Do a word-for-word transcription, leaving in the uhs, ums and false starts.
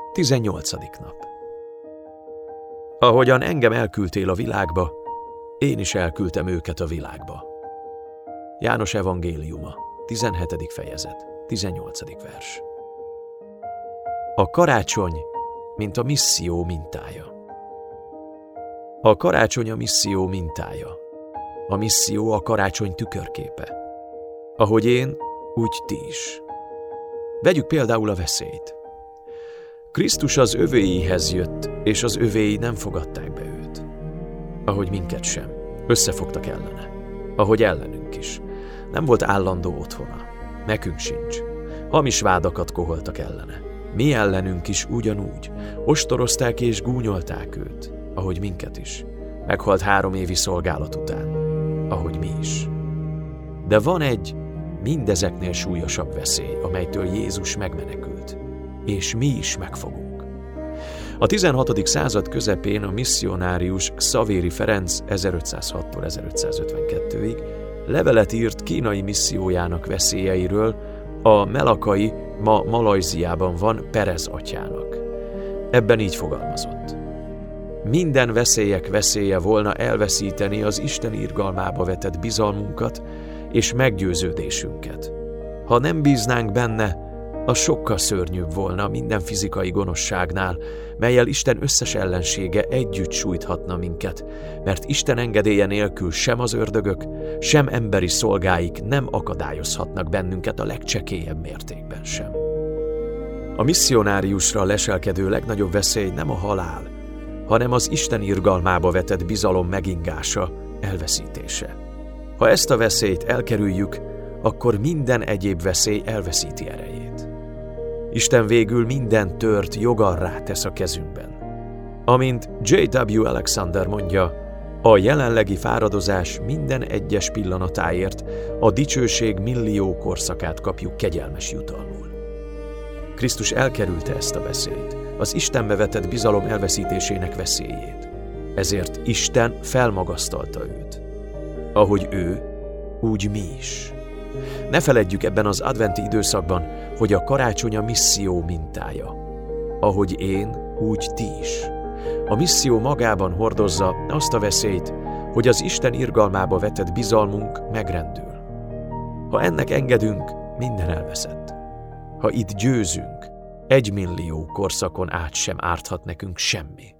tizennyolcadik nap. Ahogyan engem elküldtél a világba, én is elküldtem őket a világba. János evangéliuma, tizenhetedik fejezet, tizennyolcadik vers. A karácsony, mint a misszió mintája. A karácsony a misszió mintája. A misszió a karácsony tükörképe. Ahogy én, úgy ti is. Vegyük például a veszélyt. Krisztus az övéihez jött, és az övéi nem fogadták be őt. Ahogy minket sem. Összefogtak ellene. Ahogy ellenünk is. Nem volt állandó otthona. Nekünk sincs. Hamis vádakat koholtak ellene. Mi ellenünk is ugyanúgy. Ostorozták és gúnyolták őt. Ahogy minket is. Meghalt három évi szolgálat után. Ahogy mi is. De van egy mindezeknél súlyosabb veszély, amelytől Jézus megmenekült. És mi is megfogunk. A tizenhatodik század közepén a misszionárius Xavéri Ferenc ezerötszázhattól ezerötszázötvenkettőig levelet írt kínai missziójának veszélyeiről a melakai, ma Malajziában van Perez atyának. Ebben így fogalmazott. Minden veszélyek veszélye volna elveszíteni az Isten irgalmába vetett bizalmunkat és meggyőződésünket. Ha nem bíznánk benne, az sokkal szörnyűbb volna minden fizikai gonoszságnál, mellyel Isten összes ellensége együtt sújthatna minket, mert Isten engedélye nélkül sem az ördögök, sem emberi szolgáik nem akadályozhatnak bennünket a legcsekélyebb mértékben sem. A misszionáriusra leselkedő legnagyobb veszély nem a halál, hanem az Isten irgalmába vetett bizalom megingása, elveszítése. Ha ezt a veszélyt elkerüljük, akkor minden egyéb veszély elveszíti erejét. Isten végül minden tört jogarrá tesz a kezünkben. Amint J W Alexander mondja, a jelenlegi fáradozás minden egyes pillanatáért a dicsőség millió korszakát kapjuk kegyelmes jutalmul. Krisztus elkerülte ezt a veszélyt, az Istenbe vetett bizalom elveszítésének veszélyét. Ezért Isten felmagasztalta őt. Ahogy ő, úgy mi is. Ne feledjük ebben az adventi időszakban, hogy a karácsony a misszió mintája. Ahogy én, úgy ti is. A misszió magában hordozza azt a veszélyt, hogy az Isten irgalmába vetett bizalmunk megrendül. Ha ennek engedünk, minden elveszett. Ha itt győzünk, egymillió korszakon át sem árthat nekünk semmi.